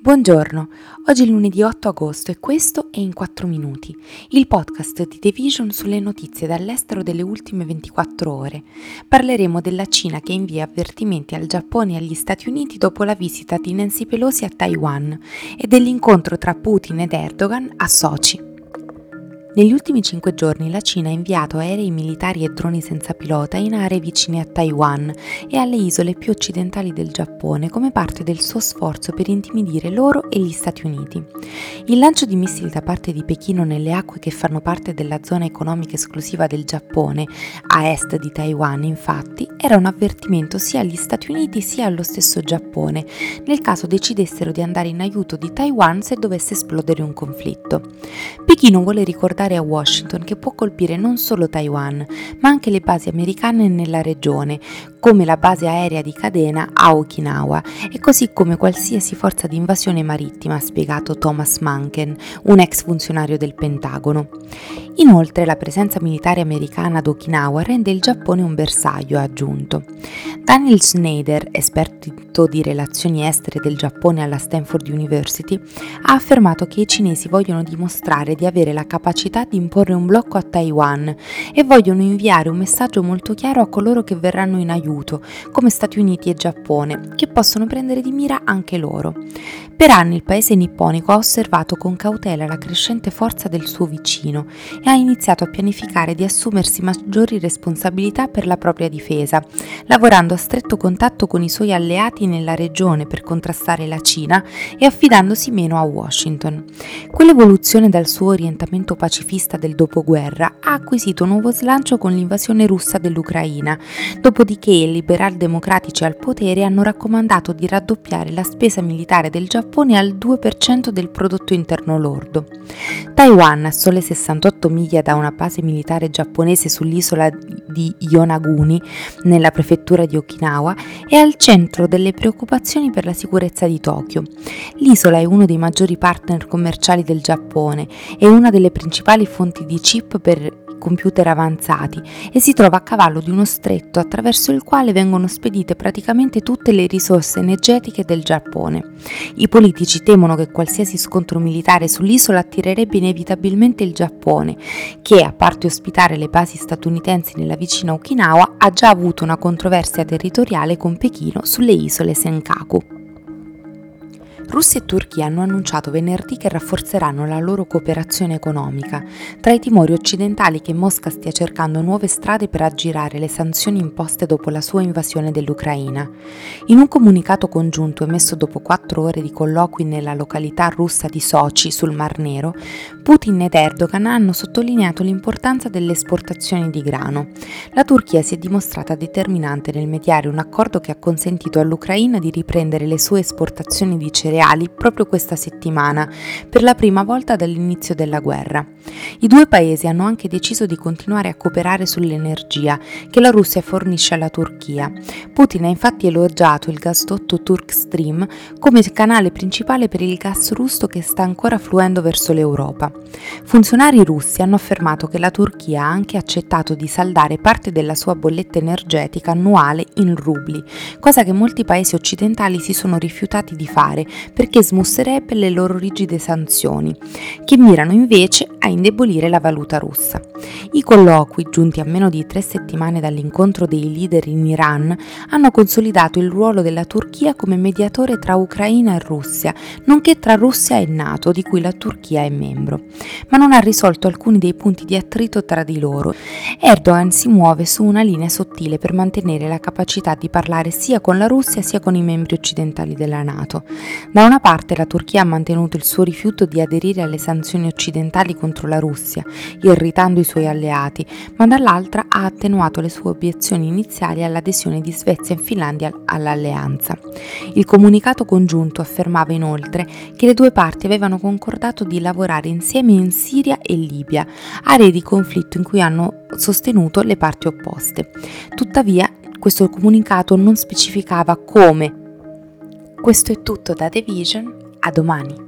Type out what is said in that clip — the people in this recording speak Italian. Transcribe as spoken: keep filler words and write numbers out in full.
Buongiorno, oggi è lunedì otto agosto e questo è In quattro minuti, il podcast di The Vision sulle notizie dall'estero delle ultime ventiquattro ore. Parleremo della Cina che invia avvertimenti al Giappone e agli Stati Uniti dopo la visita di Nancy Pelosi a Taiwan e dell'incontro tra Putin ed Erdogan a Sochi. Negli ultimi cinque giorni la Cina ha inviato aerei militari e droni senza pilota in aree vicine a Taiwan e alle isole più occidentali del Giappone come parte del suo sforzo per intimidire loro e gli Stati Uniti. Il lancio di missili da parte di Pechino nelle acque che fanno parte della zona economica esclusiva del Giappone, a est di Taiwan, infatti, era un avvertimento sia agli Stati Uniti sia allo stesso Giappone, nel caso decidessero di andare in aiuto di Taiwan se dovesse esplodere un conflitto. Pechino vuole ricordare a Washington che può colpire non solo Taiwan, ma anche le basi americane nella regione, come la base aerea di Kadena a Okinawa, e così come qualsiasi forza di invasione marittima, ha spiegato Thomas Manken, un ex funzionario del Pentagono. Inoltre, la presenza militare americana ad Okinawa rende il Giappone un bersaglio, ha aggiunto. Daniel Schneider, esperto di relazioni estere del Giappone alla Stanford University, ha affermato che i cinesi vogliono dimostrare di avere la capacità di imporre un blocco a Taiwan e vogliono inviare un messaggio molto chiaro a coloro che verranno in aiuto, come Stati Uniti e Giappone, che possono prendere di mira anche loro. Per anni il paese nipponico ha osservato con cautela la crescente forza del suo vicino e ha iniziato a pianificare di assumersi maggiori responsabilità per la propria difesa, lavorando a stretto contatto con i suoi alleati nella regione per contrastare la Cina e affidandosi meno a Washington. Quell'evoluzione dal suo orientamento pacifista del dopoguerra ha acquisito nuovo slancio con l'invasione russa dell'Ucraina, dopodiché i liberal-democratici al potere hanno raccomandato di raddoppiare la spesa militare del Giappone al due per cento del prodotto interno lordo. Taiwan, a sole sessantotto miglia da una base militare giapponese sull'isola di Yonaguni, nella prefettura di Okinawa, è al centro delle preoccupazioni per la sicurezza di Tokyo. L'isola è uno dei maggiori partner commerciali del Giappone e una delle principali fonti di chip per computer avanzati e si trova a cavallo di uno stretto attraverso il quale vengono spedite praticamente tutte le risorse energetiche del Giappone. I politici temono che qualsiasi scontro militare sull'isola attirerebbe inevitabilmente il Giappone, che, a parte ospitare le basi statunitensi nella vicina Okinawa, ha già avuto una controversia territoriale con Pechino sulle isole Senkaku. Russia e Turchia hanno annunciato venerdì che rafforzeranno la loro cooperazione economica, tra i timori occidentali che Mosca stia cercando nuove strade per aggirare le sanzioni imposte dopo la sua invasione dell'Ucraina. In un comunicato congiunto emesso dopo quattro ore di colloqui nella località russa di Sochi, sul Mar Nero, Putin ed Erdogan hanno sottolineato l'importanza delle esportazioni di grano. La Turchia si è dimostrata determinante nel mediare un accordo che ha consentito all'Ucraina di riprendere le sue esportazioni di cereali proprio questa settimana, per la prima volta dall'inizio della guerra. I due paesi hanno anche deciso di continuare a cooperare sull'energia che la Russia fornisce alla Turchia. Putin ha infatti elogiato il gasdotto Turk Stream come canale principale per il gas russo che sta ancora fluendo verso l'Europa. Funzionari russi hanno affermato che la Turchia ha anche accettato di saldare parte della sua bolletta energetica annuale in rubli, cosa che molti paesi occidentali si sono rifiutati di fare perché smusserebbe le loro rigide sanzioni, che mirano invece a indebolire la valuta russa. I colloqui, giunti a meno di tre settimane dall'incontro dei leader in Iran, hanno consolidato il ruolo della Turchia come mediatore tra Ucraina e Russia, nonché tra Russia e NATO, di cui la Turchia è membro, ma non ha risolto alcuni dei punti di attrito tra di loro. Erdogan si muove su una linea sottile per mantenere la capacità di parlare sia con la Russia sia con i membri occidentali della NATO. Da una parte la Turchia ha mantenuto il suo rifiuto di aderire alle sanzioni occidentali contro la Russia, irritando i suoi alleati, ma dall'altra ha attenuato le sue obiezioni iniziali all'adesione di Svezia e Finlandia all'alleanza. Il comunicato congiunto affermava inoltre che le due parti avevano concordato di lavorare insieme in Siria e Libia, aree di conflitto in cui hanno sostenuto le parti opposte. Tuttavia, questo comunicato non specificava come. Questo è tutto da The Vision, a domani.